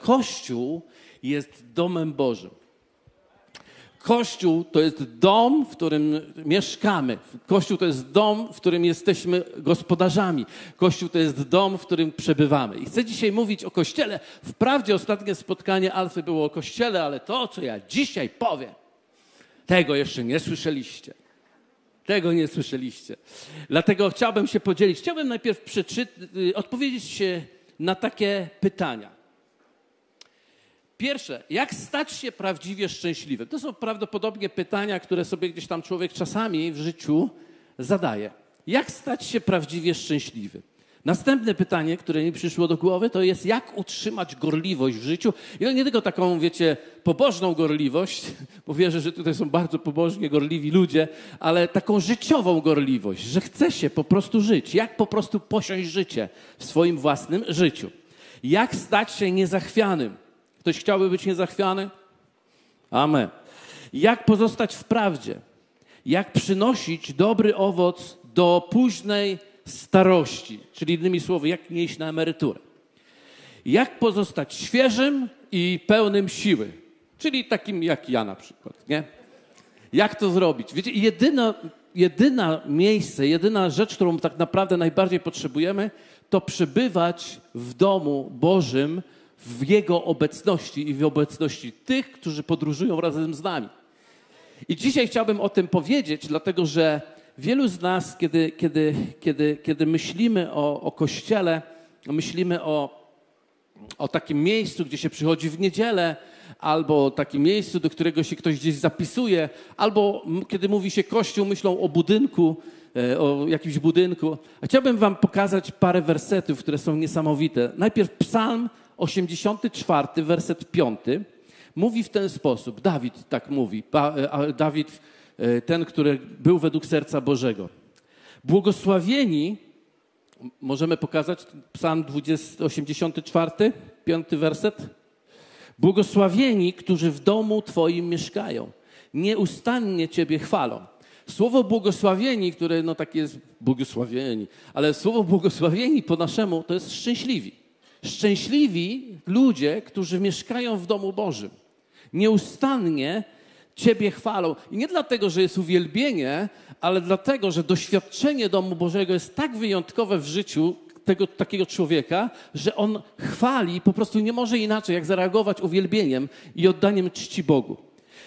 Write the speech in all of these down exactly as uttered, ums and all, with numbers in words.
Kościół jest domem Bożym. Kościół to jest dom, w którym mieszkamy. Kościół to jest dom, w którym jesteśmy gospodarzami. Kościół to jest dom, w którym przebywamy. I chcę dzisiaj mówić o Kościele. Wprawdzie ostatnie spotkanie Alfy było o Kościele, ale to, co ja dzisiaj powiem, tego jeszcze nie słyszeliście. Tego nie słyszeliście. Dlatego chciałbym się podzielić. Chciałbym najpierw przeczytać, odpowiedzieć na takie pytania. Pierwsze, jak stać się prawdziwie szczęśliwym? To są prawdopodobnie pytania, które sobie gdzieś tam człowiek czasami w życiu zadaje. Jak stać się prawdziwie szczęśliwym? Następne pytanie, które mi przyszło do głowy, to jest jak utrzymać gorliwość w życiu. I to nie tylko taką, wiecie, pobożną gorliwość, bo wierzę, że tutaj są bardzo pobożnie gorliwi ludzie, ale taką życiową gorliwość, że chce się po prostu żyć. Jak po prostu posiąść życie w swoim własnym życiu. Jak stać się niezachwianym? Ktoś chciałby być niezachwiany? Amen. Jak pozostać w prawdzie? Jak przynosić dobry owoc do późnej starości? Czyli innymi słowy, jak nie iść na emeryturę? Jak pozostać świeżym i pełnym siły? Czyli takim jak ja na przykład, nie? Jak to zrobić? Wiecie, jedyna, jedyna miejsce, jedyna rzecz, którą tak naprawdę najbardziej potrzebujemy, to przebywać w domu Bożym, w Jego obecności i w obecności tych, którzy podróżują razem z nami. I dzisiaj chciałbym o tym powiedzieć, dlatego że wielu z nas, kiedy, kiedy, kiedy, kiedy myślimy o, o Kościele, myślimy o, o takim miejscu, gdzie się przychodzi w niedzielę, albo o takim miejscu, do którego się ktoś gdzieś zapisuje, albo kiedy mówi się Kościół, myślą o budynku, o jakimś budynku. A chciałbym wam pokazać parę wersetów, które są niesamowite. Najpierw Psalm osiemdziesiąty czwarty, werset piąty, mówi w ten sposób. Dawid tak mówi. Dawid, ten, który był według serca Bożego. Błogosławieni, możemy pokazać Psalm osiemdziesiąty czwarty, piąty werset. Błogosławieni, którzy w domu Twoim mieszkają, nieustannie Ciebie chwalą. Słowo błogosławieni, które no takie jest błogosławieni, ale słowo błogosławieni po naszemu to jest szczęśliwi. Szczęśliwi ludzie, którzy mieszkają w domu Bożym. Nieustannie Ciebie chwalą. I nie dlatego, że jest uwielbienie, ale dlatego, że doświadczenie domu Bożego jest tak wyjątkowe w życiu tego takiego człowieka, że on chwali, po prostu nie może inaczej, jak zareagować uwielbieniem i oddaniem czci Bogu.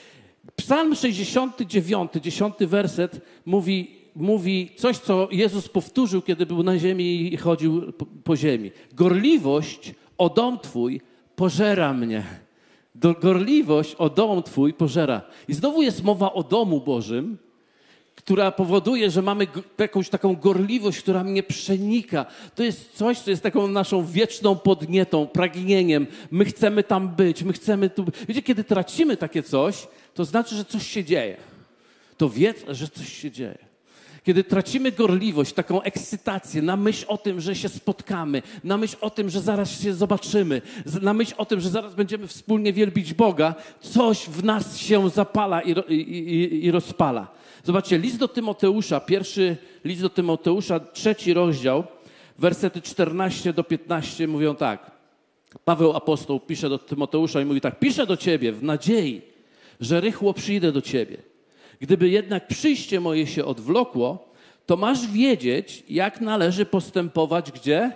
Psalm sześćdziesiąty dziewiąty, dziesiąty werset mówi, mówi coś, co Jezus powtórzył, kiedy był na ziemi i chodził po, po ziemi. Gorliwość o dom Twój pożera mnie. Do, gorliwość o dom Twój pożera. I znowu jest mowa o domu Bożym, która powoduje, że mamy jakąś taką gorliwość, która mnie przenika. To jest coś, co jest taką naszą wieczną podnietą, pragnieniem. My chcemy tam być, my chcemy tu... Wiecie, kiedy tracimy takie coś, to znaczy, że coś się dzieje. To wiedz, że coś się dzieje. Kiedy tracimy gorliwość, taką ekscytację na myśl o tym, że się spotkamy, na myśl o tym, że zaraz się zobaczymy, na myśl o tym, że zaraz będziemy wspólnie wielbić Boga, coś w nas się zapala i, i, i, i rozpala. Zobaczcie, list do Tymoteusza, pierwszy list do Tymoteusza, trzeci rozdział, wersety czternaście do piętnastu mówią tak. Paweł apostoł pisze do Tymoteusza i mówi tak. Piszę do ciebie w nadziei, że rychło przyjdę do ciebie. Gdyby jednak przyjście moje się odwlokło, to masz wiedzieć, jak należy postępować gdzie?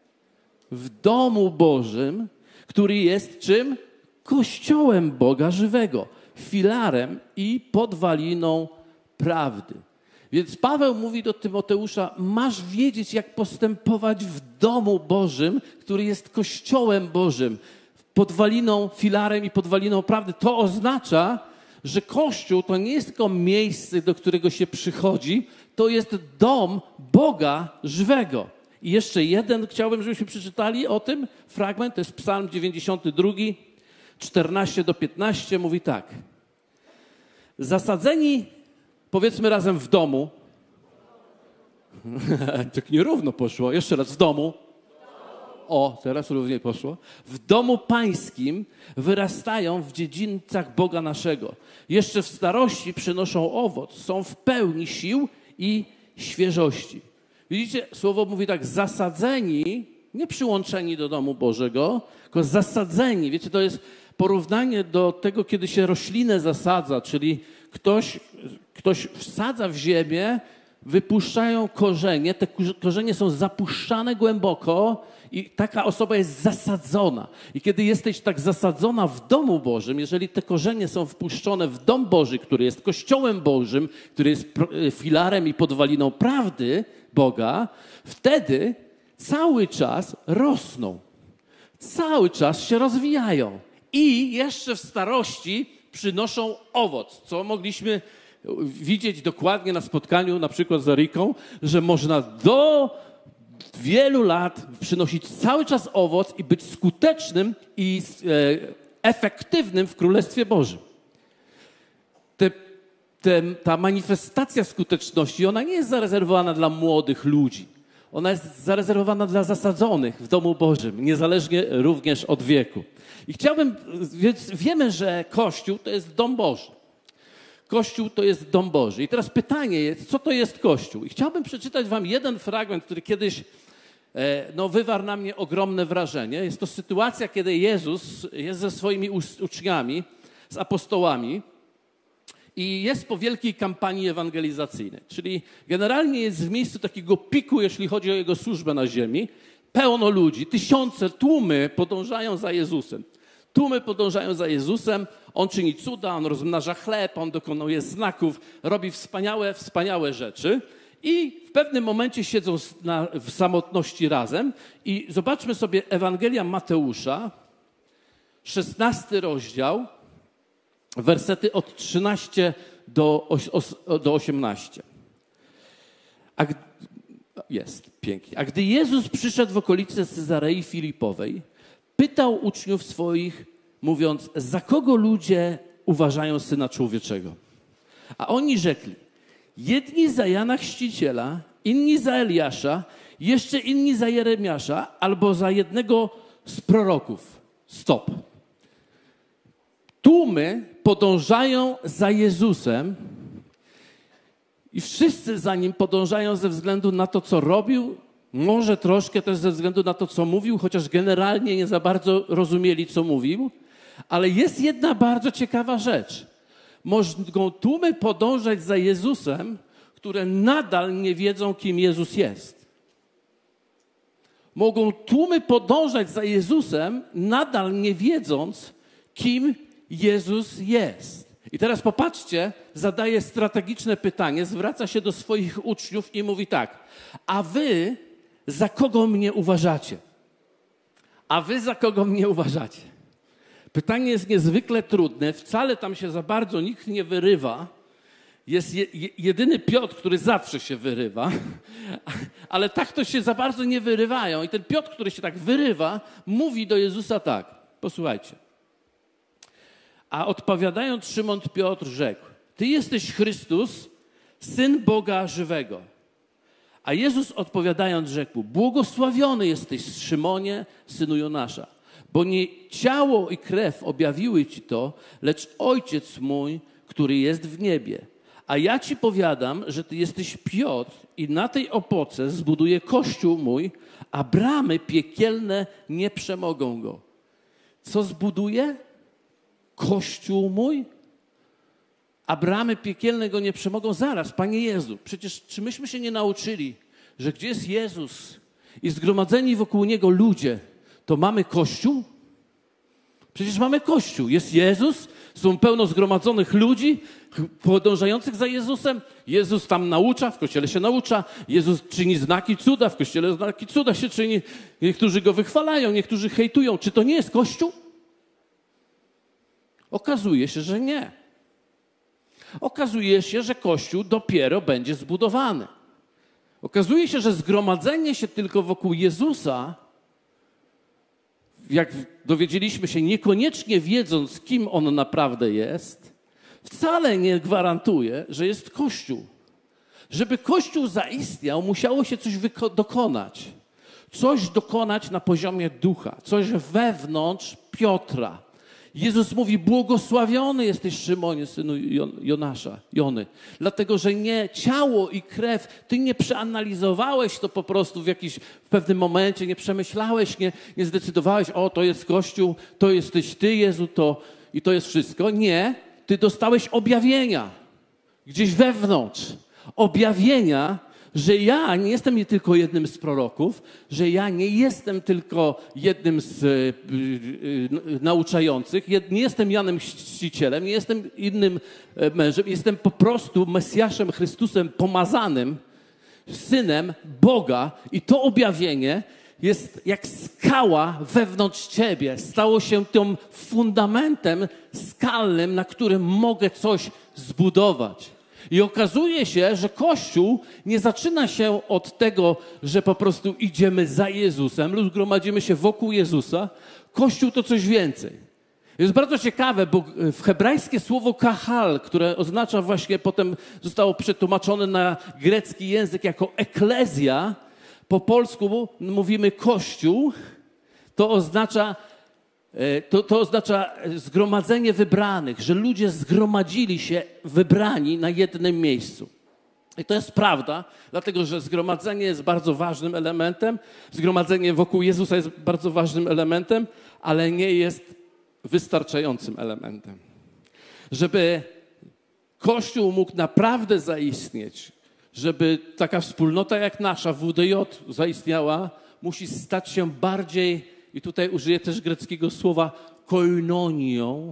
W domu Bożym, który jest czym? Kościołem Boga żywego, filarem i podwaliną prawdy. Więc Paweł mówi do Tymoteusza, masz wiedzieć, jak postępować w domu Bożym, który jest Kościołem Bożym, podwaliną, filarem i podwaliną prawdy. To oznacza, że Kościół to nie jest tylko miejsce, do którego się przychodzi, to jest dom Boga żywego. I jeszcze jeden chciałbym, żebyśmy przeczytali o tym fragment, to jest Psalm dziewięćdziesiąty drugi, czternaście do piętnastu, mówi tak. Zasadzeni, powiedzmy razem, w domu. Tak nierówno poszło. Jeszcze raz, w domu. O, teraz równie poszło. W domu pańskim wyrastają w dziedzińcach Boga naszego. Jeszcze w starości przynoszą owoc. Są w pełni sił i świeżości. Widzicie, słowo mówi tak, zasadzeni Nie przyłączeni do domu Bożego, tylko zasadzeni. Wiecie, to jest porównanie do tego, kiedy się roślinę zasadza, czyli ktoś, ktoś wsadza w ziemię, wypuszczają korzenie, te korzenie są zapuszczane głęboko i taka osoba jest zasadzona. I kiedy jesteś tak zasadzona w domu Bożym, jeżeli te korzenie są wpuszczone w dom Boży, który jest Kościołem Bożym, który jest filarem i podwaliną prawdy Boga, wtedy cały czas rosną. Cały czas się rozwijają. I jeszcze w starości przynoszą owoc, co mogliśmy widzieć dokładnie na spotkaniu na przykład z Eriką, że można do wielu lat przynosić cały czas owoc i być skutecznym i efektywnym w Królestwie Bożym. Te, te, ta manifestacja skuteczności, ona nie jest zarezerwowana dla młodych ludzi. Ona jest zarezerwowana dla zasadzonych w domu Bożym, niezależnie również od wieku. I chciałbym, więc wiemy, że Kościół to jest dom Boży. Kościół to jest dom Boży. I teraz pytanie jest, co to jest Kościół? I chciałbym przeczytać wam jeden fragment, który kiedyś no, wywarł na mnie ogromne wrażenie. Jest to sytuacja, kiedy Jezus jest ze swoimi uczniami, z apostołami i jest po wielkiej kampanii ewangelizacyjnej. Czyli generalnie jest w miejscu takiego piku, jeśli chodzi o jego służbę na ziemi. Pełno ludzi, tysiące, tłumy podążają za Jezusem. Tłumy podążają za Jezusem, On czyni cuda, On rozmnaża chleb, On dokonuje znaków, robi wspaniałe, wspaniałe rzeczy. I w pewnym momencie siedzą na, w samotności razem i zobaczmy sobie Ewangelia Mateusza, szesnasty rozdział, wersety od trzynastego do osiemnastego. A jest, pięknie. A gdy Jezus przyszedł w okolice Cezarei Filipowej, pytał uczniów swoich, mówiąc, za kogo ludzie uważają Syna Człowieczego? A oni rzekli, jedni za Jana Chrzciciela, inni za Eliasza, jeszcze inni za Jeremiasza, albo za jednego z proroków. Stop. Tłumy podążają za Jezusem i wszyscy za Nim podążają ze względu na to, co robił, może troszkę też ze względu na to, co mówił, chociaż generalnie nie za bardzo rozumieli, co mówił. Ale jest jedna bardzo ciekawa rzecz. Mogą tłumy podążać za Jezusem, które nadal nie wiedzą, kim Jezus jest. Mogą tłumy podążać za Jezusem, nadal nie wiedząc, kim Jezus jest. I teraz popatrzcie, zadaje strategiczne pytanie, zwraca się do swoich uczniów i mówi tak, a wy za kogo mnie uważacie? A wy za kogo mnie uważacie? Pytanie jest niezwykle trudne, wcale tam się za bardzo nikt nie wyrywa. Jest je, jedyny Piotr, który zawsze się wyrywa, ale tak to się za bardzo nie wyrywają. I ten Piotr, który się tak wyrywa, mówi do Jezusa tak, posłuchajcie. A odpowiadając Szymon Piotr rzekł, Ty jesteś Chrystus, Syn Boga żywego. A Jezus odpowiadając rzekł, błogosławiony jesteś Szymonie, synu Jonasza, bo nie ciało i krew objawiły ci to, lecz Ojciec mój, który jest w niebie. A ja ci powiadam, że ty jesteś Piotr i na tej opoce zbuduję Kościół mój, a bramy piekielne nie przemogą go. Co zbuduje? Kościół mój? A bramy piekielne go nie przemogą. Zaraz, Panie Jezu, przecież czy myśmy się nie nauczyli, że gdzie jest Jezus i zgromadzeni wokół Niego ludzie, to mamy Kościół? Przecież mamy Kościół. Jest Jezus, są pełno zgromadzonych ludzi podążających za Jezusem. Jezus tam naucza, w Kościele się naucza. Jezus czyni znaki cuda, w Kościele znaki cuda się czyni. Niektórzy Go wychwalają, niektórzy hejtują. Czy to nie jest Kościół? Okazuje się, że nie. Okazuje się, że Kościół dopiero będzie zbudowany. Okazuje się, że zgromadzenie się tylko wokół Jezusa, jak dowiedzieliśmy się, niekoniecznie wiedząc, kim On naprawdę jest, wcale nie gwarantuje, że jest Kościół. Żeby Kościół zaistniał, musiało się coś dokonać. Coś dokonać na poziomie ducha, coś wewnątrz Piotra. Jezus mówi, błogosławiony jesteś, Szymonie, synu Jonasza, Jony. Dlatego, że nie ciało i krew, ty nie przeanalizowałeś to po prostu w jakiś w pewnym momencie, nie przemyślałeś, nie, nie zdecydowałeś, o, to jest Kościół, to jesteś ty, Jezu, to i to jest wszystko. Nie, ty dostałeś objawienia gdzieś wewnątrz. Objawienia, że ja nie jestem nie tylko jednym z proroków, że ja nie jestem tylko jednym z y, y, y, nauczających, jed, nie jestem Janem Chrzcicielem, nie jestem innym mężem, jestem po prostu Mesjaszem Chrystusem pomazanym, Synem Boga i to objawienie jest jak skała wewnątrz ciebie. Stało się tym fundamentem skalnym, na którym mogę coś zbudować. I okazuje się, że Kościół nie zaczyna się od tego, że po prostu idziemy za Jezusem lub gromadzimy się wokół Jezusa. Kościół to coś więcej. Jest bardzo ciekawe, bo w hebrajskie słowo kahal, które oznacza właśnie, potem zostało przetłumaczone na grecki język jako eklezja, po polsku mówimy Kościół, to oznacza To, to oznacza zgromadzenie wybranych, że ludzie zgromadzili się wybrani na jednym miejscu. I to jest prawda, dlatego że zgromadzenie jest bardzo ważnym elementem, zgromadzenie wokół Jezusa jest bardzo ważnym elementem, ale nie jest wystarczającym elementem. Żeby Kościół mógł naprawdę zaistnieć, żeby taka wspólnota jak nasza W D J zaistniała, musi stać się bardziej, i tutaj użyję też greckiego słowa, koinonią,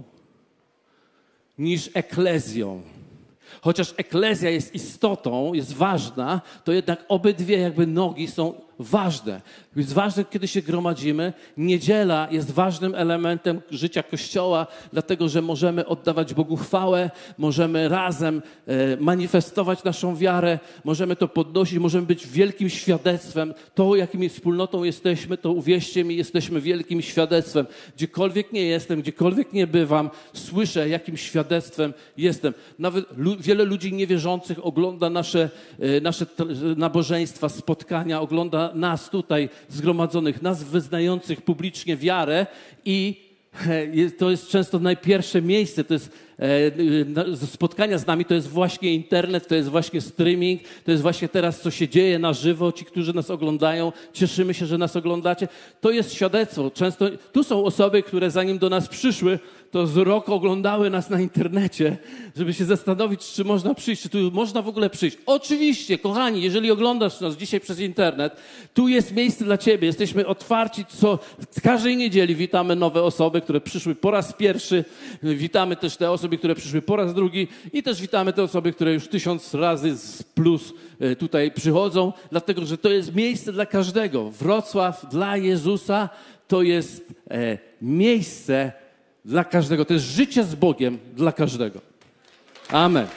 niż eklezją. Chociaż eklezja jest istotą, jest ważna, to jednak obydwie jakby nogi są ważne. Jest ważne, kiedy się gromadzimy. Niedziela jest ważnym elementem życia Kościoła, dlatego że możemy oddawać Bogu chwałę, możemy razem e, manifestować naszą wiarę, możemy to podnosić, możemy być wielkim świadectwem. To, jakim wspólnotą jesteśmy, to uwierzcie mi, jesteśmy wielkim świadectwem. Gdziekolwiek nie jestem, gdziekolwiek nie bywam, słyszę, jakim świadectwem jestem. Nawet lu- wiele ludzi niewierzących ogląda nasze, e, nasze t- nabożeństwa, spotkania, ogląda nas tutaj zgromadzonych, nas wyznających publicznie wiarę i to jest często najpierwsze miejsce, to jest spotkania z nami, to jest właśnie internet, to jest właśnie streaming, to jest właśnie teraz, co się dzieje na żywo, ci, którzy nas oglądają, cieszymy się, że nas oglądacie. To jest świadectwo. Często tu są osoby, które zanim do nas przyszły, to z rok oglądały nas na internecie, żeby się zastanowić, czy można przyjść, czy tu można w ogóle przyjść. Oczywiście, kochani, jeżeli oglądasz nas dzisiaj przez internet, tu jest miejsce dla ciebie. Jesteśmy otwarci, co z każdej niedzieli witamy nowe osoby, które przyszły po raz pierwszy. Witamy też te osoby, które przyszły po raz drugi i też witamy te osoby, które już tysiąc razy z plus tutaj przychodzą, dlatego, że to jest miejsce dla każdego. Wrocław dla Jezusa to jest e, miejsce dla każdego. To jest życie z Bogiem dla każdego. Amen.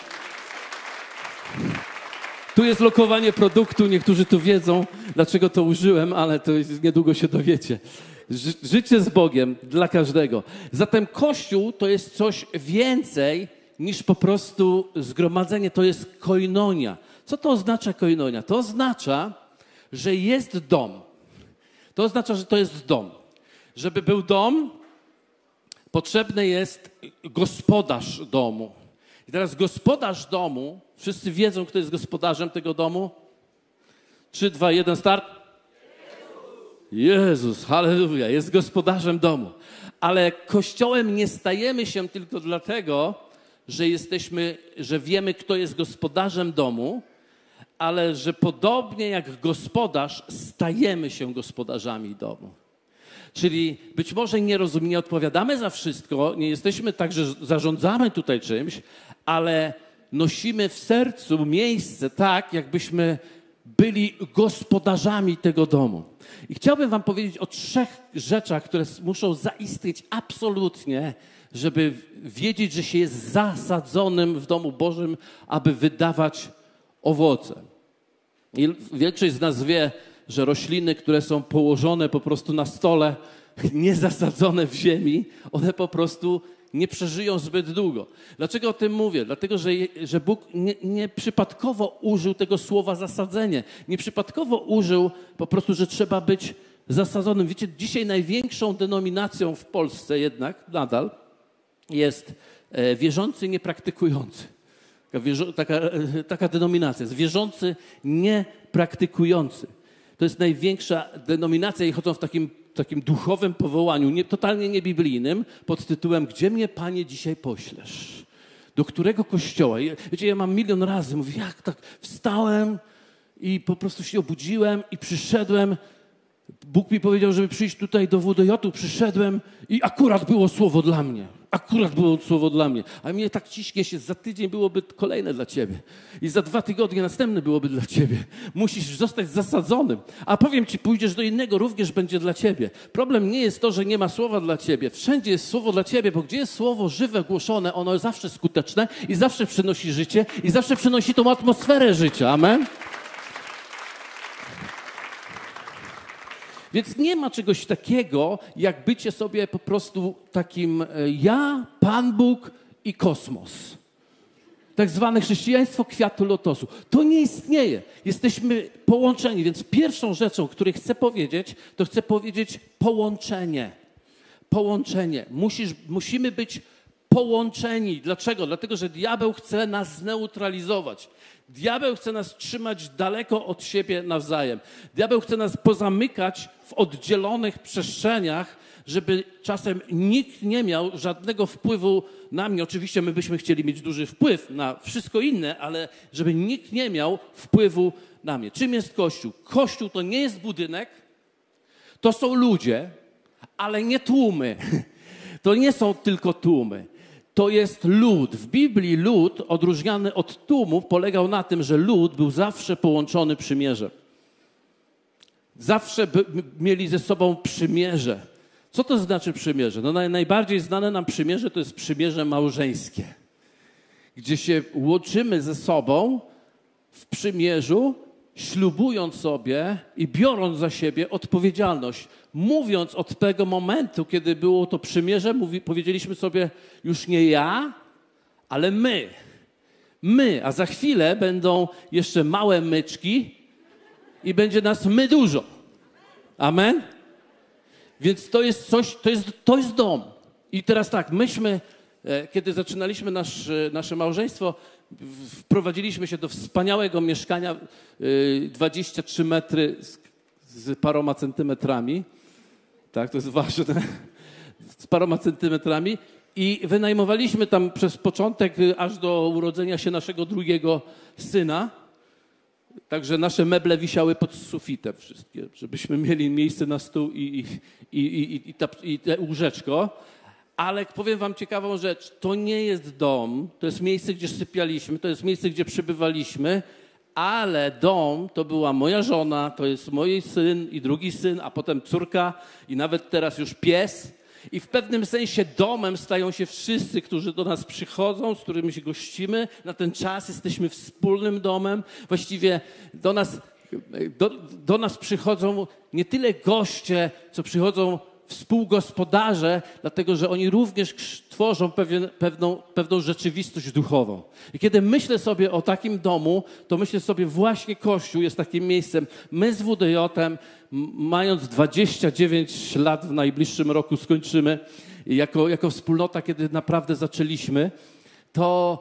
Tu jest lokowanie produktu. Niektórzy tu wiedzą, dlaczego to użyłem, ale to jest, niedługo się dowiecie. Ży- życie z Bogiem dla każdego. Zatem Kościół to jest coś więcej niż po prostu zgromadzenie. To jest koinonia. Co to oznacza koinonia? To oznacza, że jest dom. To oznacza, że to jest dom. Żeby był dom, potrzebny jest gospodarz domu. I teraz gospodarz domu, wszyscy wiedzą, kto jest gospodarzem tego domu? Trzy, dwa, jeden, start. Jezus, halleluja, jest gospodarzem domu. Ale Kościołem nie stajemy się tylko dlatego, że jesteśmy, że wiemy, kto jest gospodarzem domu, ale że podobnie jak gospodarz stajemy się gospodarzami domu. Czyli być może nie rozumiemy, nie odpowiadamy za wszystko, nie jesteśmy tak, że zarządzamy tutaj czymś, ale nosimy w sercu miejsce tak, jakbyśmy byli gospodarzami tego domu. I chciałbym wam powiedzieć o trzech rzeczach, które muszą zaistnieć absolutnie, żeby wiedzieć, że się jest zasadzonym w domu Bożym, aby wydawać owoce. I większość z nas wie, że rośliny, które są położone po prostu na stole, nie zasadzone w ziemi, one po prostu nie przeżyją zbyt długo. Dlaczego o tym mówię? Dlatego, że, że Bóg nie, nie przypadkowo użył tego słowa zasadzenie. Nie przypadkowo użył po prostu, że trzeba być zasadzonym. Wiecie, dzisiaj największą denominacją w Polsce jednak nadal jest wierzący, niepraktykujący. Taka, wierzą, taka, taka denominacja jest wierzący, niepraktykujący. To jest największa denominacja i chodzą w takim, takim duchowym powołaniu, nie, totalnie niebiblijnym, pod tytułem „Gdzie mnie, Panie, dzisiaj poślesz? Do którego kościoła?” I, wiecie, ja mam milion razy, mówię, jak tak wstałem i po prostu się obudziłem i przyszedłem. Bóg mi powiedział, żeby przyjść tutaj do W D J-u, przyszedłem i akurat było słowo dla mnie. Akurat było słowo dla mnie. A mnie tak ciśnie się, za tydzień byłoby kolejne dla ciebie. I za dwa tygodnie następne byłoby dla ciebie. Musisz zostać zasadzonym. A powiem ci, pójdziesz do innego, również będzie dla ciebie. Problem nie jest to, że nie ma słowa dla ciebie. Wszędzie jest słowo dla ciebie, bo gdzie jest słowo żywe, głoszone, ono jest zawsze skuteczne i zawsze przynosi życie i zawsze przynosi tą atmosferę życia. Amen? Więc nie ma czegoś takiego, jak bycie sobie po prostu takim ja, Pan Bóg i kosmos. Tak zwane chrześcijaństwo kwiatu lotosu. To nie istnieje. Jesteśmy połączeni, więc pierwszą rzeczą, o której chcę powiedzieć, to chcę powiedzieć połączenie. Połączenie. Musisz, musimy być połączeni. Dlaczego? Dlatego, że diabeł chce nas zneutralizować. Diabeł chce nas trzymać daleko od siebie nawzajem. Diabeł chce nas pozamykać w oddzielonych przestrzeniach, żeby czasem nikt nie miał żadnego wpływu na mnie. Oczywiście my byśmy chcieli mieć duży wpływ na wszystko inne, ale żeby nikt nie miał wpływu na mnie. Czym jest Kościół? Kościół to nie jest budynek, to są ludzie, ale nie tłumy. To nie są tylko tłumy. To jest lud. W Biblii lud, odróżniany od tłumów, polegał na tym, że lud był zawsze połączony przymierzem. Zawsze by, mieli ze sobą przymierze. Co to znaczy przymierze? No naj, najbardziej znane nam przymierze to jest przymierze małżeńskie, gdzie się łączymy ze sobą w przymierzu, ślubując sobie i biorąc za siebie odpowiedzialność. Mówiąc od tego momentu, kiedy było to przymierze, mówi, powiedzieliśmy sobie już nie ja, ale my. My, a za chwilę będą jeszcze małe myczki i będzie nas my dużo. Amen? Więc to jest coś, to jest, to jest dom. I teraz tak, myśmy, kiedy zaczynaliśmy nasz, nasze małżeństwo, wprowadziliśmy się do wspaniałego mieszkania, dwadzieścia trzy metry z, z paroma centymetrami. Tak, to jest ważne. Z paroma centymetrami. I wynajmowaliśmy tam przez początek, aż do urodzenia się naszego drugiego syna. Także nasze meble wisiały pod sufitem wszystkie, żebyśmy mieli miejsce na stół i, i, i, i, i, ta, i te łóżeczko. Ale powiem wam ciekawą rzecz. To nie jest dom, to jest miejsce, gdzie sypialiśmy, to jest miejsce, gdzie przebywaliśmy, ale dom to była moja żona, to jest mój syn i drugi syn, a potem córka i nawet teraz już pies. I w pewnym sensie domem stają się wszyscy, którzy do nas przychodzą, z którymi się gościmy. Na ten czas jesteśmy wspólnym domem. Właściwie do nas, do, do nas przychodzą nie tyle goście, co przychodzą współgospodarze, dlatego że oni również tworzą pewien, pewną, pewną rzeczywistość duchową. I kiedy myślę sobie o takim domu, to myślę sobie właśnie Kościół jest takim miejscem. My z W D J-em, mając dwadzieścia dziewięć lat w najbliższym roku skończymy, jako, jako wspólnota, kiedy naprawdę zaczęliśmy, to,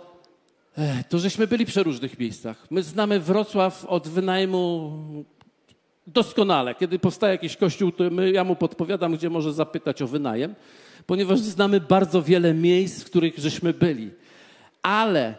to żeśmy byli w przeróżnych miejscach. My znamy Wrocław od wynajmu doskonale. Kiedy powstaje jakiś kościół, to my, ja mu podpowiadam, gdzie może zapytać o wynajem, ponieważ znamy bardzo wiele miejsc, w których żeśmy byli. Ale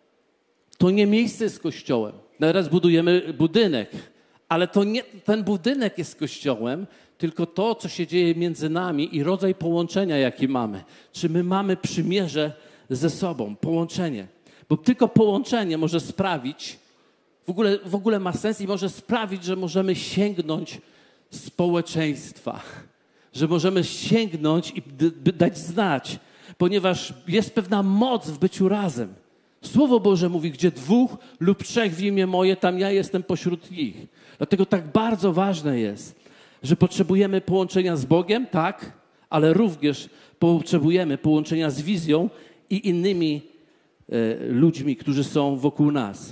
to nie miejsce jest kościołem. Teraz budujemy budynek, ale to nie ten budynek jest kościołem, tylko to, co się dzieje między nami i rodzaj połączenia, jaki mamy. Czy my mamy przymierze ze sobą, połączenie. Bo tylko połączenie może sprawić, W ogóle, w ogóle ma sens i może sprawić, że możemy sięgnąć społeczeństwa, że możemy sięgnąć i dać znać, ponieważ jest pewna moc w byciu razem. Słowo Boże mówi, gdzie dwóch lub trzech w imię moje, tam ja jestem pośród nich. Dlatego tak bardzo ważne jest, że potrzebujemy połączenia z Bogiem, tak, ale również potrzebujemy połączenia z wizją i innymi e, ludźmi, którzy są wokół nas.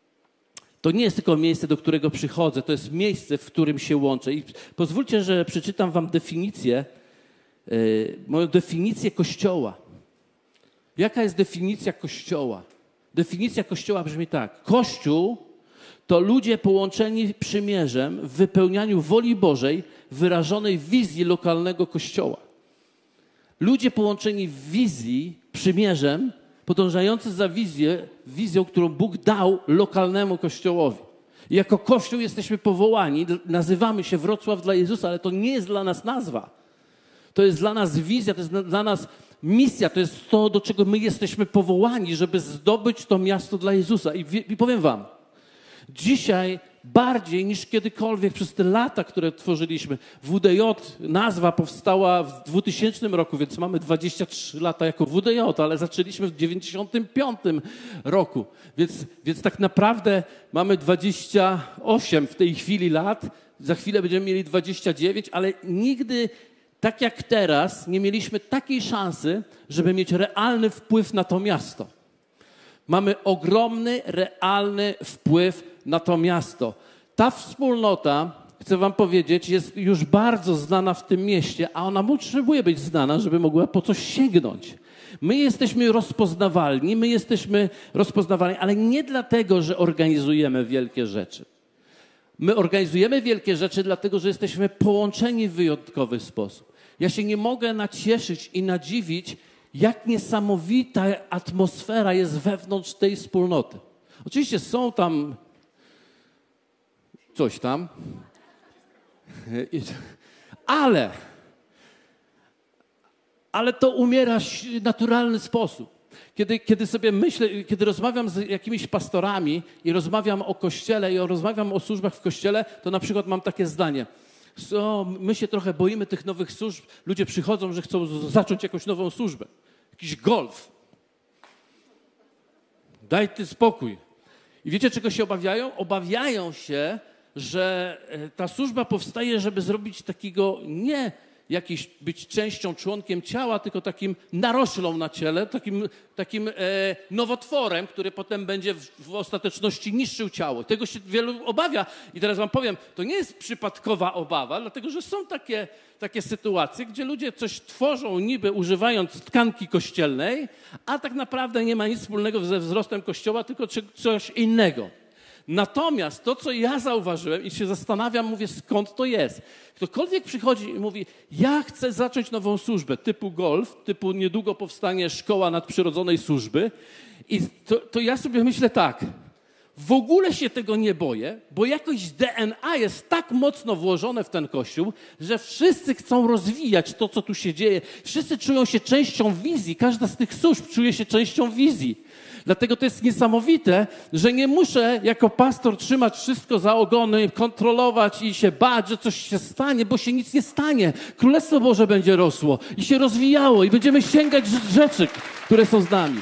To nie jest tylko miejsce, do którego przychodzę, to jest miejsce, w którym się łączę. I pozwólcie, że przeczytam wam definicję, yy, moją definicję Kościoła. Jaka jest definicja Kościoła? Definicja Kościoła brzmi tak. Kościół to ludzie połączeni przymierzem w wypełnianiu woli Bożej wyrażonej w wizji lokalnego Kościoła. Ludzie połączeni w wizji przymierzem, podążający za wizję, wizją, którą Bóg dał lokalnemu Kościołowi. I jako Kościół jesteśmy powołani, nazywamy się Wrocław dla Jezusa, ale to nie jest dla nas nazwa. To jest dla nas wizja, to jest dla nas misja, to jest to, do czego my jesteśmy powołani, żeby zdobyć to miasto dla Jezusa. I, i powiem wam, dzisiaj bardziej niż kiedykolwiek przez te lata, które tworzyliśmy, W D J, nazwa powstała w dwutysięcznym roku, więc mamy dwadzieścia trzy lata jako W D J, ale zaczęliśmy w dziewięćdziesiątym piątym roku, więc, więc tak naprawdę mamy dwadzieścia osiem w tej chwili lat, za chwilę będziemy mieli dwadzieścia dziewięć, ale nigdy tak jak teraz nie mieliśmy takiej szansy, żeby mieć realny wpływ na to miasto. Mamy ogromny, realny wpływ na to miasto. Ta wspólnota, chcę wam powiedzieć, jest już bardzo znana w tym mieście, a ona potrzebuje być znana, żeby mogła po coś sięgnąć. My jesteśmy rozpoznawalni, my jesteśmy rozpoznawalni, ale nie dlatego, że organizujemy wielkie rzeczy. My organizujemy wielkie rzeczy dlatego, że jesteśmy połączeni w wyjątkowy sposób. Ja się nie mogę nacieszyć i nadziwić, jak niesamowita atmosfera jest wewnątrz tej wspólnoty. Oczywiście są tam coś tam, ale, ale to umiera w naturalny sposób. Kiedy, kiedy sobie myślę, kiedy rozmawiam z jakimiś pastorami i rozmawiam o Kościele i rozmawiam o służbach w Kościele, to na przykład mam takie zdanie. So, my się trochę boimy tych nowych służb. Ludzie przychodzą, że chcą zacząć jakąś nową służbę. Jakiś golf. Daj ty spokój. I wiecie, czego się obawiają? Obawiają się, że ta służba powstaje, żeby zrobić takiego nie jakiś być częścią, członkiem ciała, tylko takim naroślą na ciele, takim, takim e, nowotworem, który potem będzie w, w ostateczności niszczył ciało. Tego się wielu obawia. I teraz wam powiem, to nie jest przypadkowa obawa, dlatego że są takie, takie sytuacje, gdzie ludzie coś tworzą niby używając tkanki kościelnej, a tak naprawdę nie ma nic wspólnego ze wzrostem Kościoła, tylko coś innego. Natomiast to, co ja zauważyłem i się zastanawiam, mówię, skąd to jest. Ktokolwiek przychodzi i mówi, ja chcę zacząć nową służbę, typu golf, typu niedługo powstanie szkoła nadprzyrodzonej służby. I to, to ja sobie myślę tak, w ogóle się tego nie boję, bo jakoś D N A jest tak mocno włożone w ten Kościół, że wszyscy chcą rozwijać to, co tu się dzieje. Wszyscy czują się częścią wizji, każda z tych służb czuje się częścią wizji. Dlatego to jest niesamowite, że nie muszę jako pastor trzymać wszystko za ogony, kontrolować i się bać, że coś się stanie, bo się nic nie stanie. Królestwo Boże będzie rosło i się rozwijało i będziemy sięgać rzeczy, które są z nami.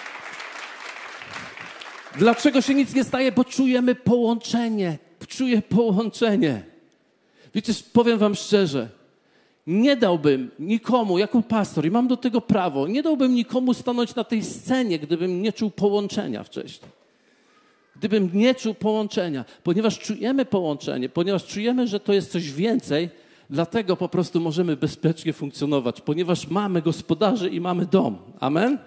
Dlaczego się nic nie staje? Bo czujemy połączenie. Czuję połączenie. Wiecie, powiem wam szczerze, nie dałbym nikomu, jako pastor, i mam do tego prawo, nie dałbym nikomu stanąć na tej scenie, gdybym nie czuł połączenia wcześniej. Gdybym nie czuł połączenia, ponieważ czujemy połączenie, ponieważ czujemy, że to jest coś więcej, dlatego po prostu możemy bezpiecznie funkcjonować, ponieważ mamy gospodarzy i mamy dom. Amen?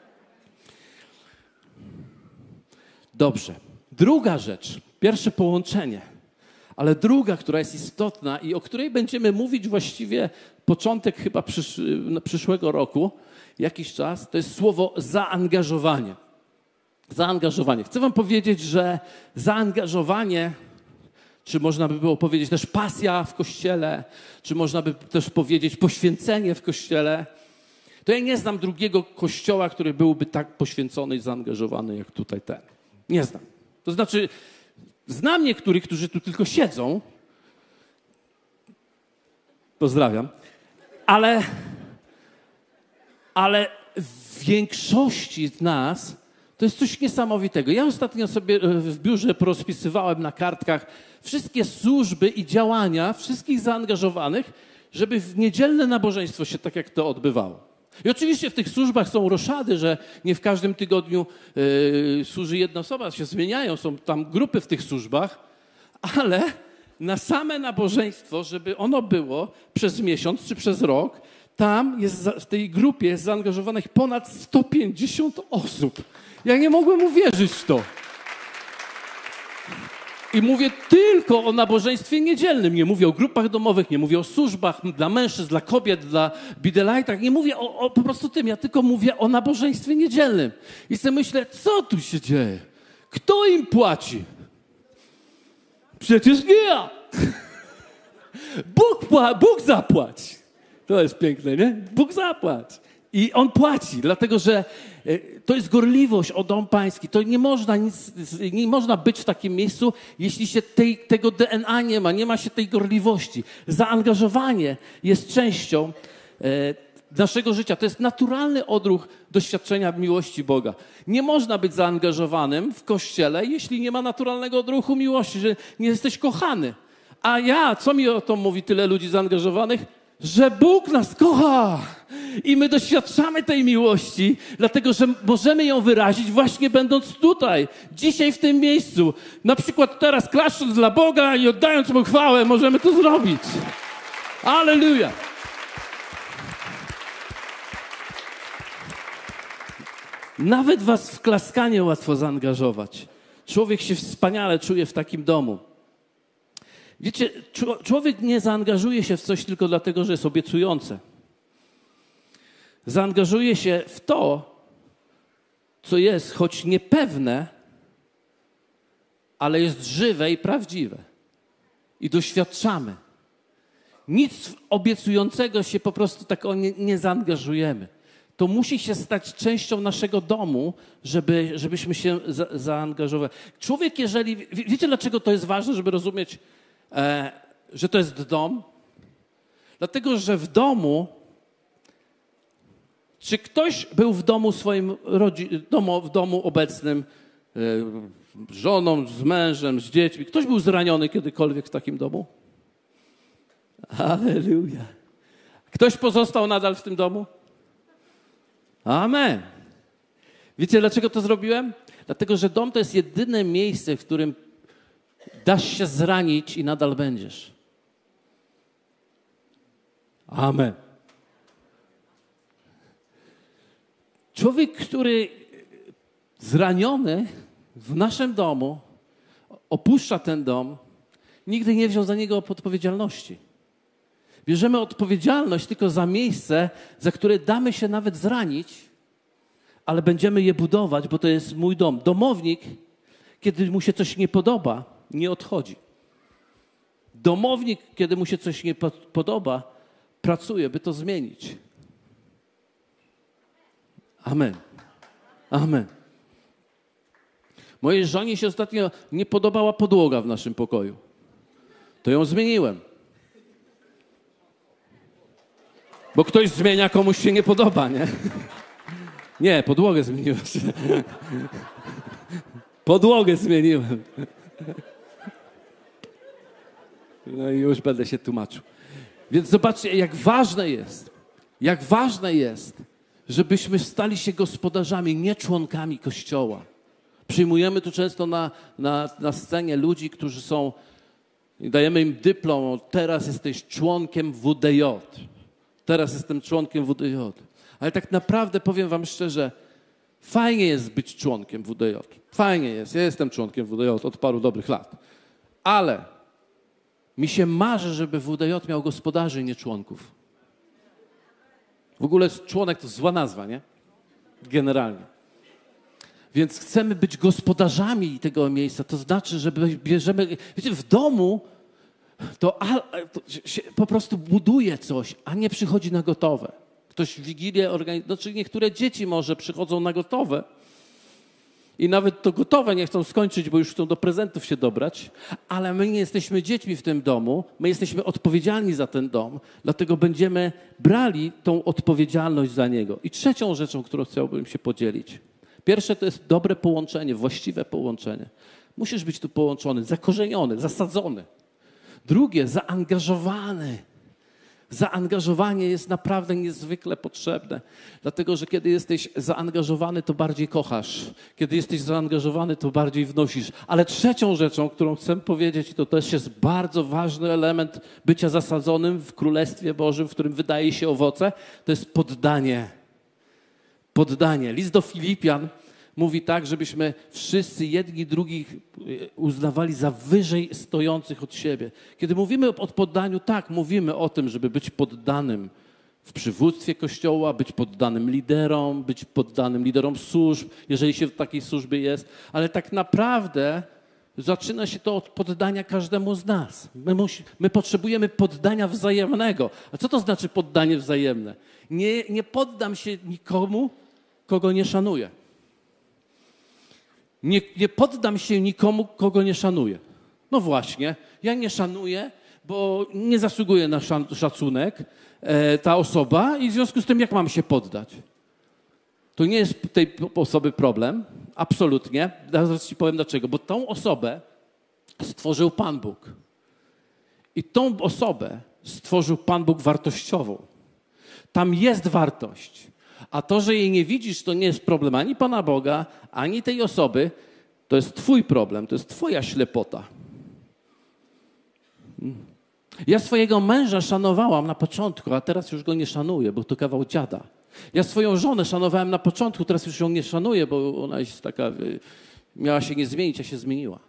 Dobrze. Druga rzecz. Pierwsze połączenie. Ale druga, która jest istotna i o której będziemy mówić właściwie początek chyba przysz, przyszłego roku, jakiś czas, to jest słowo zaangażowanie. Zaangażowanie. Chcę wam powiedzieć, że zaangażowanie, czy można by było powiedzieć też pasja w Kościele, czy można by też powiedzieć poświęcenie w Kościele, to ja nie znam drugiego kościoła, który byłby tak poświęcony i zaangażowany jak tutaj ten. Nie znam. To znaczy, znam niektórych, którzy tu tylko siedzą. Pozdrawiam. Ale, ale w większości z nas to jest coś niesamowitego. Ja ostatnio sobie w biurze porozpisywałem na kartkach wszystkie służby i działania wszystkich zaangażowanych, żeby w niedzielne nabożeństwo się tak jak to odbywało. I oczywiście w tych służbach są roszady, że nie w każdym tygodniu yy, służy jedna osoba, się zmieniają, są tam grupy w tych służbach, ale na same nabożeństwo, żeby ono było przez miesiąc czy przez rok, tam jest, w tej grupie jest zaangażowanych ponad sto pięćdziesiąt osób. Ja nie mogłem uwierzyć w to. I mówię tylko o nabożeństwie niedzielnym. Nie mówię o grupach domowych, nie mówię o służbach dla mężczyzn, dla kobiet, dla bidelajtach. Nie mówię o, o po prostu tym. Ja tylko mówię o nabożeństwie niedzielnym. I sobie myślę, co tu się dzieje? Kto im płaci? Przecież nie ja. Bóg, pła- Bóg zapłać. To jest piękne, nie? Bóg zapłać. I On płaci, dlatego że to jest gorliwość o dom pański. To nie można, nic, nie można być w takim miejscu, jeśli się tej, tego D N A nie ma, nie ma się tej gorliwości. Zaangażowanie jest częścią e, naszego życia. To jest naturalny odruch doświadczenia miłości Boga. Nie można być zaangażowanym w Kościele, jeśli nie ma naturalnego odruchu miłości, że nie jesteś kochany. A ja, co mi o tym mówi tyle ludzi zaangażowanych? Że Bóg nas kocha i my doświadczamy tej miłości, dlatego że możemy ją wyrazić właśnie będąc tutaj, dzisiaj w tym miejscu. Na przykład teraz klaszcząc dla Boga i oddając Mu chwałę, możemy to zrobić. Alleluja! Nawet was w klaskanie łatwo zaangażować. Człowiek się wspaniale czuje w takim domu. Wiecie, człowiek nie zaangażuje się w coś tylko dlatego, że jest obiecujące. Zaangażuje się w to, co jest choć niepewne, ale jest żywe i prawdziwe. I doświadczamy. Nic obiecującego się po prostu tak nie, nie zaangażujemy. To musi się stać częścią naszego domu, żeby, żebyśmy się za, zaangażowali. Człowiek, jeżeli... Wiecie, dlaczego to jest ważne, żeby rozumieć, E, że to jest dom? Dlatego, że w domu, czy ktoś był w domu swoim, rodzi, domu, w domu obecnym, e, żoną, z mężem, z dziećmi, ktoś był zraniony kiedykolwiek w takim domu? Halleluja. Ktoś pozostał nadal w tym domu? Amen. Wiecie, dlaczego to zrobiłem? Dlatego, że dom to jest jedyne miejsce, w którym dasz się zranić i nadal będziesz. Amen. Człowiek, który zraniony w naszym domu, opuszcza ten dom, nigdy nie wziął za niego odpowiedzialności. Bierzemy odpowiedzialność tylko za miejsce, za które damy się nawet zranić, ale będziemy je budować, bo to jest mój dom. Domownik, kiedy mu się coś nie podoba, nie odchodzi. Domownik, kiedy mu się coś nie podoba, pracuje, by to zmienić. Amen. Amen. Mojej żonie się ostatnio nie podobała podłoga w naszym pokoju. To ją zmieniłem. Bo ktoś zmienia, komuś się nie podoba, nie? Nie, podłogę zmieniłem. Podłogę zmieniłem. No i już będę się tłumaczył. Więc zobaczcie, jak ważne jest, jak ważne jest, żebyśmy stali się gospodarzami, nie członkami Kościoła. Przyjmujemy tu często na, na, na scenie ludzi, którzy są, dajemy im dyplom, teraz jesteś członkiem W D J. Teraz jestem członkiem W D J. Ale tak naprawdę powiem wam szczerze, fajnie jest być członkiem W D J. Fajnie jest, ja jestem członkiem W D J od paru dobrych lat. Ale mi się marzy, żeby W D J miał gospodarzy, nie członków. W ogóle członek to zła nazwa, nie? Generalnie. Więc chcemy być gospodarzami tego miejsca. To znaczy, że bierzemy... Wiecie, w domu to, to się po prostu buduje coś, a nie przychodzi na gotowe. Ktoś wigilię organizuje... Znaczy niektóre dzieci może przychodzą na gotowe i nawet to gotowe nie chcą skończyć, bo już chcą do prezentów się dobrać, ale my nie jesteśmy dziećmi w tym domu, my jesteśmy odpowiedzialni za ten dom, dlatego będziemy brali tą odpowiedzialność za niego. I trzecią rzeczą, którą chciałbym się podzielić. Pierwsze to jest dobre połączenie, właściwe połączenie. Musisz być tu połączony, zakorzeniony, zasadzony. Drugie, zaangażowany. Zaangażowanie jest naprawdę niezwykle potrzebne, dlatego że kiedy jesteś zaangażowany, to bardziej kochasz. Kiedy jesteś zaangażowany, to bardziej wnosisz. Ale trzecią rzeczą, którą chcę powiedzieć, i to też jest bardzo ważny element bycia zasadzonym w Królestwie Bożym, w którym wydaje się owoce, to jest poddanie. Poddanie. List do Filipian mówi tak, żebyśmy wszyscy jedni drugich uznawali za wyżej stojących od siebie. Kiedy mówimy o poddaniu, tak, mówimy o tym, żeby być poddanym w przywództwie Kościoła, być poddanym liderom, być poddanym liderom służb, jeżeli się w takiej służbie jest, ale tak naprawdę zaczyna się to od poddania każdemu z nas. My, musi, my potrzebujemy poddania wzajemnego. A co to znaczy poddanie wzajemne? Nie, nie poddam się nikomu, kogo nie szanuję. Nie, nie poddam się nikomu, kogo nie szanuję. No właśnie, ja nie szanuję, bo nie zasługuje na szacunek e, ta osoba i w związku z tym jak mam się poddać? To nie jest tej osoby problem, absolutnie. Zaraz ci powiem dlaczego. Bo tą osobę stworzył Pan Bóg. I tą osobę stworzył Pan Bóg wartościową. Tam jest wartość. A to, że jej nie widzisz, to nie jest problem ani Pana Boga, ani tej osoby. To jest twój problem, to jest twoja ślepota. Ja swojego męża szanowałam na początku, a teraz już go nie szanuję, bo to kawał dziada. Ja swoją żonę szanowałem na początku, teraz już ją nie szanuję, bo ona jest taka, miała się nie zmienić, a się zmieniła.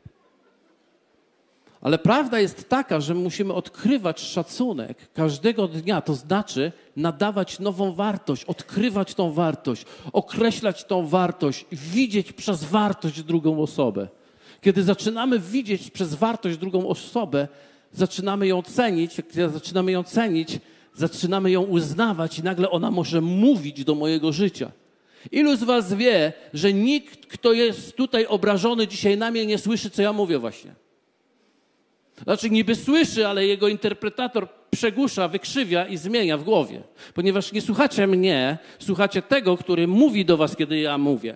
Ale prawda jest taka, że musimy odkrywać szacunek każdego dnia, to znaczy nadawać nową wartość, odkrywać tą wartość, określać tą wartość, widzieć przez wartość drugą osobę. Kiedy zaczynamy widzieć przez wartość drugą osobę, zaczynamy ją cenić, kiedy zaczynamy ją cenić, zaczynamy ją uznawać i nagle ona może mówić do mojego życia. Ilu z was wie, że nikt, kto jest tutaj obrażony dzisiaj na mnie, nie słyszy, co ja mówię właśnie? Znaczy niby słyszy, ale jego interpretator przegłusza, wykrzywia i zmienia w głowie. Ponieważ nie słuchacie mnie, słuchacie tego, który mówi do was, kiedy ja mówię.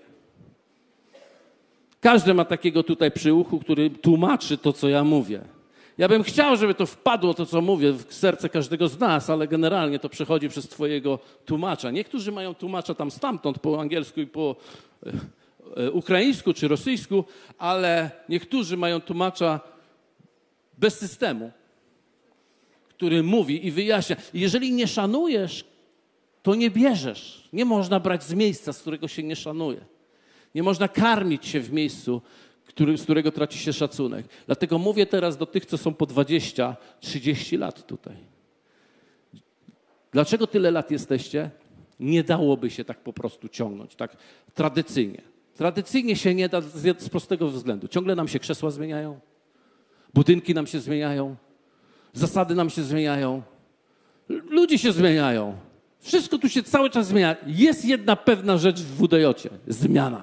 Każdy ma takiego tutaj przy uchu, który tłumaczy to, co ja mówię. Ja bym chciał, żeby to wpadło, to co mówię, w serce każdego z nas, ale generalnie to przechodzi przez twojego tłumacza. Niektórzy mają tłumacza tam stamtąd, po angielsku i po e, ukraińsku czy rosyjsku, ale niektórzy mają tłumacza bez systemu, który mówi i wyjaśnia. Jeżeli nie szanujesz, to nie bierzesz. Nie można brać z miejsca, z którego się nie szanuje. Nie można karmić się w miejscu, który, z którego traci się szacunek. Dlatego mówię teraz do tych, co są po dwadzieścia trzydzieści lat tutaj. Dlaczego tyle lat jesteście? Nie dałoby się tak po prostu ciągnąć, tak tradycyjnie. Tradycyjnie się nie da z, z prostego względu. Ciągle nam się krzesła zmieniają, budynki nam się zmieniają, zasady nam się zmieniają, ludzie się zmieniają. Wszystko tu się cały czas zmienia. Jest jedna pewna rzecz w W D J-cie. Zmiana.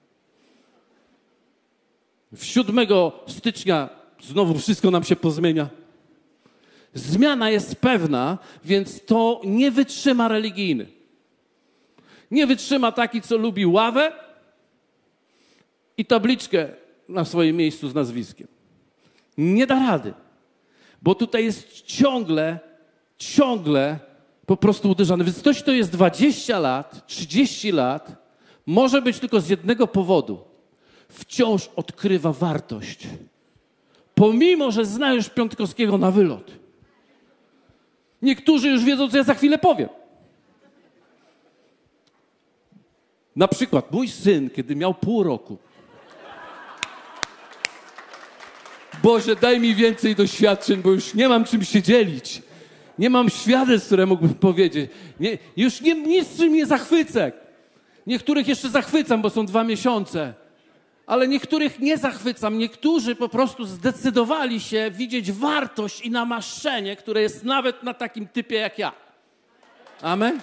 siódmego stycznia znowu wszystko nam się pozmienia. Zmiana jest pewna, więc to nie wytrzyma religijny. Nie wytrzyma taki, co lubi ławę i tabliczkę na swoim miejscu z nazwiskiem. Nie da rady, bo tutaj jest ciągle, ciągle po prostu uderzany. Więc ktoś, kto jest dwadzieścia lat, trzydzieści lat, może być tylko z jednego powodu. Wciąż odkrywa wartość. Pomimo, że zna już Piątkowskiego na wylot. Niektórzy już wiedzą, co ja za chwilę powiem. Na przykład mój syn, kiedy miał pół roku. Boże, daj mi więcej doświadczeń, bo już nie mam czym się dzielić. Nie mam świadectw, które mógłbym powiedzieć. Nie, już nie, nic czym nie zachwycę. Niektórych jeszcze zachwycam, bo są dwa miesiące. Ale niektórych nie zachwycam. Niektórzy po prostu zdecydowali się widzieć wartość i namaszczenie, które jest nawet na takim typie jak ja. Amen?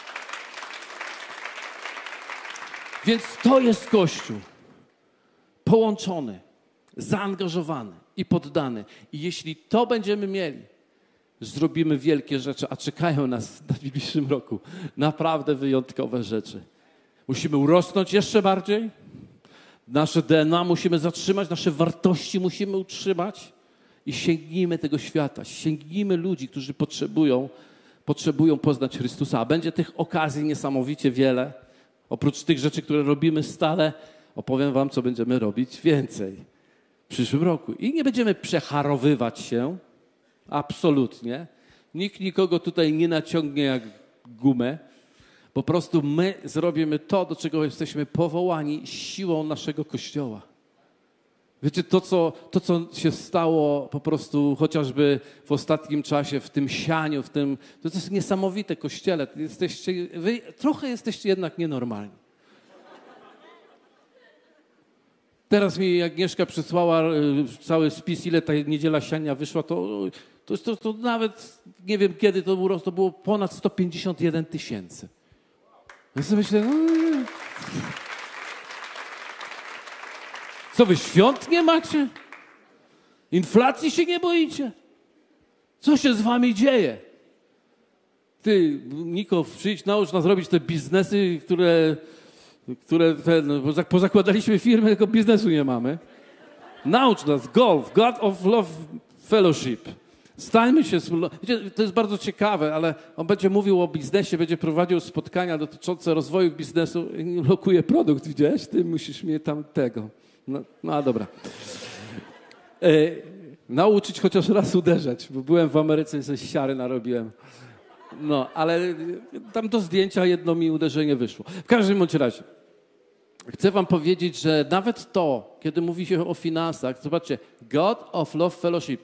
Więc to jest Kościół. Połączony, zaangażowany i poddany. I jeśli to będziemy mieli, zrobimy wielkie rzeczy, a czekają nas w najbliższym roku naprawdę wyjątkowe rzeczy. Musimy urosnąć jeszcze bardziej. Nasze D N A musimy zatrzymać, nasze wartości musimy utrzymać I sięgnijmy tego świata, sięgnijmy ludzi, którzy potrzebują, potrzebują poznać Chrystusa. A będzie tych okazji niesamowicie wiele. Oprócz tych rzeczy, które robimy stale, opowiem wam, co będziemy robić więcej w przyszłym roku. I nie będziemy przecharowywać się, absolutnie. Nikt nikogo tutaj nie naciągnie jak gumę. Po prostu my zrobimy to, do czego jesteśmy powołani siłą naszego Kościoła. Wiecie, to co, to, co się stało po prostu chociażby w ostatnim czasie, w tym sianiu, w tym, to jest niesamowite, Kościele. Jesteście, wy trochę jesteście jednak nienormalni. Teraz mi Agnieszka przysłała cały spis, ile ta niedziela siania wyszła, to, to, to, to nawet nie wiem kiedy to było, to było ponad sto pięćdziesiąt jeden tysięcy. Ja sobie myślę, no... Co wy, świąt nie macie? Inflacji się nie boicie? Co się z wami dzieje? Ty, Niko, przyjdź, naucz nas robić te biznesy, które, które ten, pozakładaliśmy firmy, tylko biznesu nie mamy. Naucz nas, golf, God of Love Fellowship. Stańmy się, wiecie, to jest bardzo ciekawe, ale on będzie mówił o biznesie, będzie prowadził spotkania dotyczące rozwoju biznesu. Lokuje produkt, widziałeś? Ty musisz mnie tam tego. No, no a dobra. E, nauczyć chociaż raz uderzać, bo byłem w Ameryce i sobie siary narobiłem. No, ale tam do zdjęcia jedno mi uderzenie wyszło. W każdym bądź razie. Chcę wam powiedzieć, że nawet to, kiedy mówi się o finansach, zobaczcie, God of Love Fellowship.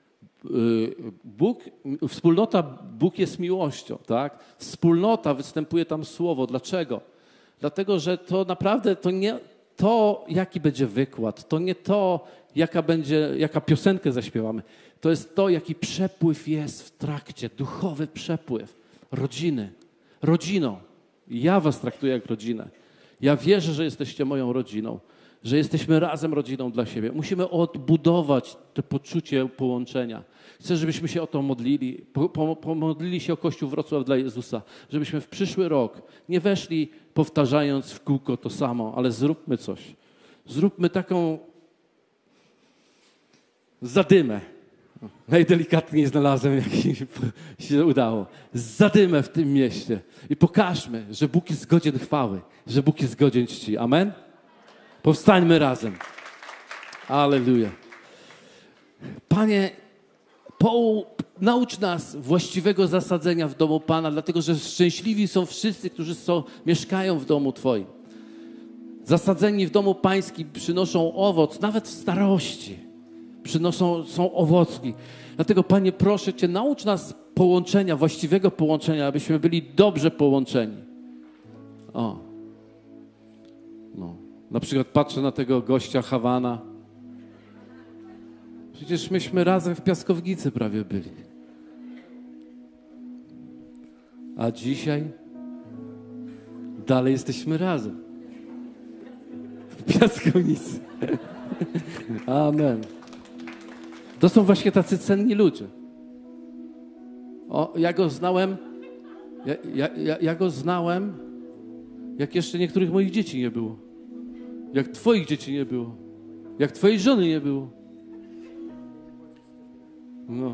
Bóg, wspólnota, Bóg jest miłością, tak? Wspólnota, występuje tam słowo. Dlaczego? Dlatego, że to naprawdę to nie to, jaki będzie wykład, to nie to, jaka będzie, jaka piosenkę zaśpiewamy. To jest to, jaki przepływ jest w trakcie, duchowy przepływ rodziny, rodziną. Ja was traktuję jak rodzinę. Ja wierzę, że jesteście moją rodziną, że jesteśmy razem rodziną dla siebie. Musimy odbudować to poczucie połączenia. Chcę, żebyśmy się o to modlili, pomodlili się o Kościół Wrocław dla Jezusa, żebyśmy w przyszły rok nie weszli powtarzając w kółko to samo, ale zróbmy coś. Zróbmy taką zadymę. Najdelikatniej znalazłem, jak się udało. Zadymę w tym mieście i pokażmy, że Bóg jest godzien chwały, że Bóg jest godzien czci. Amen? Powstańmy razem. Alleluja. Panie, po, naucz nas właściwego zasadzenia w domu Pana, dlatego że szczęśliwi są wszyscy, którzy są, mieszkają w domu Twoim. Zasadzeni w domu Pańskim przynoszą owoc, nawet w starości. Przynoszą, są owocni. Dlatego, Panie, proszę Cię, naucz nas połączenia, właściwego połączenia, abyśmy byli dobrze połączeni. O. No. Na przykład patrzę na tego gościa Hawana. Przecież myśmy razem w Piaskownicy prawie byli. A dzisiaj dalej jesteśmy razem. W Piaskownicy. Amen. To są właśnie tacy cenni ludzie. O, ja go znałem, ja, ja, ja, ja go znałem, jak jeszcze niektórych moich dzieci nie było. Jak twoich dzieci nie było. Jak twojej żony nie było. No.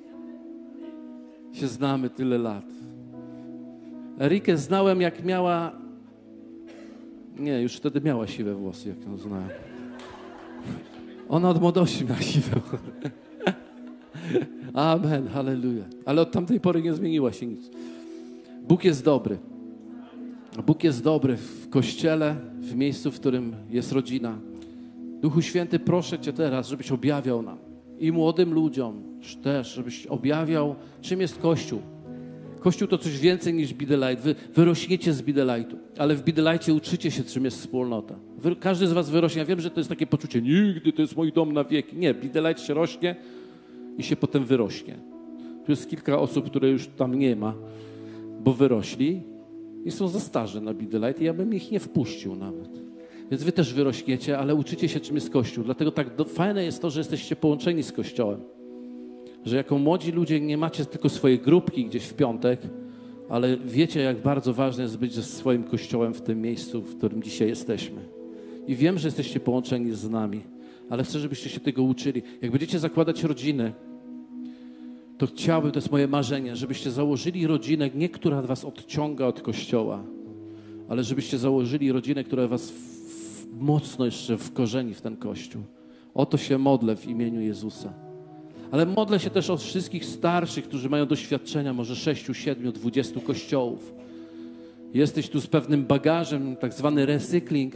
Się znamy tyle lat. Erikę znałem, jak miała... Nie, już wtedy miała siwe włosy, jak ją znałem. Ona od młodości miała siwe włosy. Amen, halleluja. Ale od tamtej pory nie zmieniła się nic. Bóg jest dobry. Bóg jest dobry w Kościele, w miejscu, w którym jest rodzina. Duchu Święty, proszę Cię teraz, żebyś objawiał nam i młodym ludziom też, żebyś objawiał, czym jest Kościół. Kościół to coś więcej niż Be-The-Light. Wy wyrośniecie z Be-The-Lightu, ale w Be-The-Lightie uczycie się, czym jest wspólnota. Wy, każdy z was wyrośnie. Ja wiem, że to jest takie poczucie, nigdy, to jest mój dom na wieki. Nie, Be-The-Light się rośnie i się potem wyrośnie. Tu jest kilka osób, które już tam nie ma, bo wyrośli i są za starzy na Be-The-Light i ja bym ich nie wpuścił nawet. Więc wy też wyrośniecie, ale uczycie się, czym jest Kościół. Dlatego tak do, fajne jest to, że jesteście połączeni z Kościołem. Że jako młodzi ludzie nie macie tylko swojej grupki gdzieś w piątek, ale wiecie, jak bardzo ważne jest być ze swoim Kościołem w tym miejscu, w którym dzisiaj jesteśmy. I wiem, że jesteście połączeni z nami, ale chcę, żebyście się tego uczyli. Jak będziecie zakładać rodziny, to chciałbym, to jest moje marzenie, żebyście założyli rodzinę, nie która was odciąga od Kościoła, ale żebyście założyli rodzinę, która was w, w, mocno jeszcze wkorzeni w ten Kościół. O to się modlę w imieniu Jezusa. Ale modlę się też o wszystkich starszych, którzy mają doświadczenia, może sześciu, siedmiu, dwudziestu kościołów. Jesteś tu z pewnym bagażem, tak zwany recykling.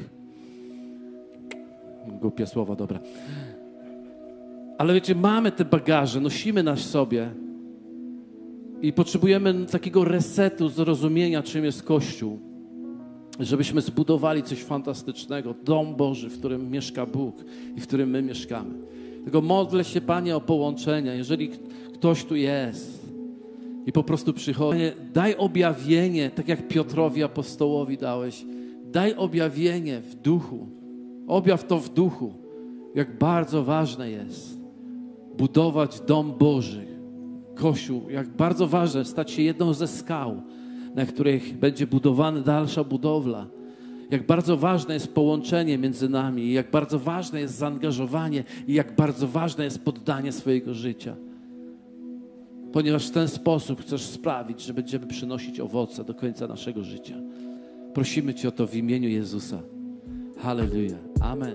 Głupie słowo, dobra. Ale wiecie, mamy te bagaże, nosimy na sobie i potrzebujemy takiego resetu, zrozumienia, czym jest Kościół. Żebyśmy zbudowali coś fantastycznego, dom Boży, w którym mieszka Bóg i w którym my mieszkamy. Tego modlę się, Panie, o połączenia. Jeżeli ktoś tu jest i po prostu przychodzi, Panie, daj objawienie, tak jak Piotrowi apostołowi dałeś. Daj objawienie w duchu. Objaw to w duchu. Jak bardzo ważne jest budować dom Boży, Kościół. Jak bardzo ważne stać się jedną ze skał, na których będzie budowana dalsza budowla. Jak bardzo ważne jest połączenie między nami i jak bardzo ważne jest zaangażowanie i jak bardzo ważne jest poddanie swojego życia. Ponieważ w ten sposób chcesz sprawić, że będziemy przynosić owoce do końca naszego życia. Prosimy Cię o to w imieniu Jezusa. Halleluja. Amen.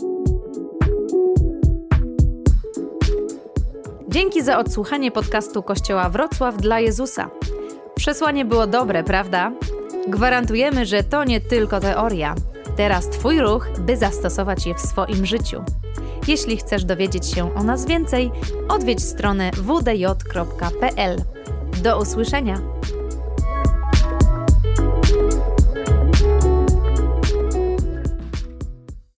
Dzięki za odsłuchanie podcastu Kościoła Wrocław dla Jezusa. Przesłanie było dobre, prawda? Gwarantujemy, że to nie tylko teoria. Teraz Twój ruch, by zastosować je w swoim życiu. Jeśli chcesz dowiedzieć się o nas więcej, odwiedź stronę w d j kropka p l. Do usłyszenia!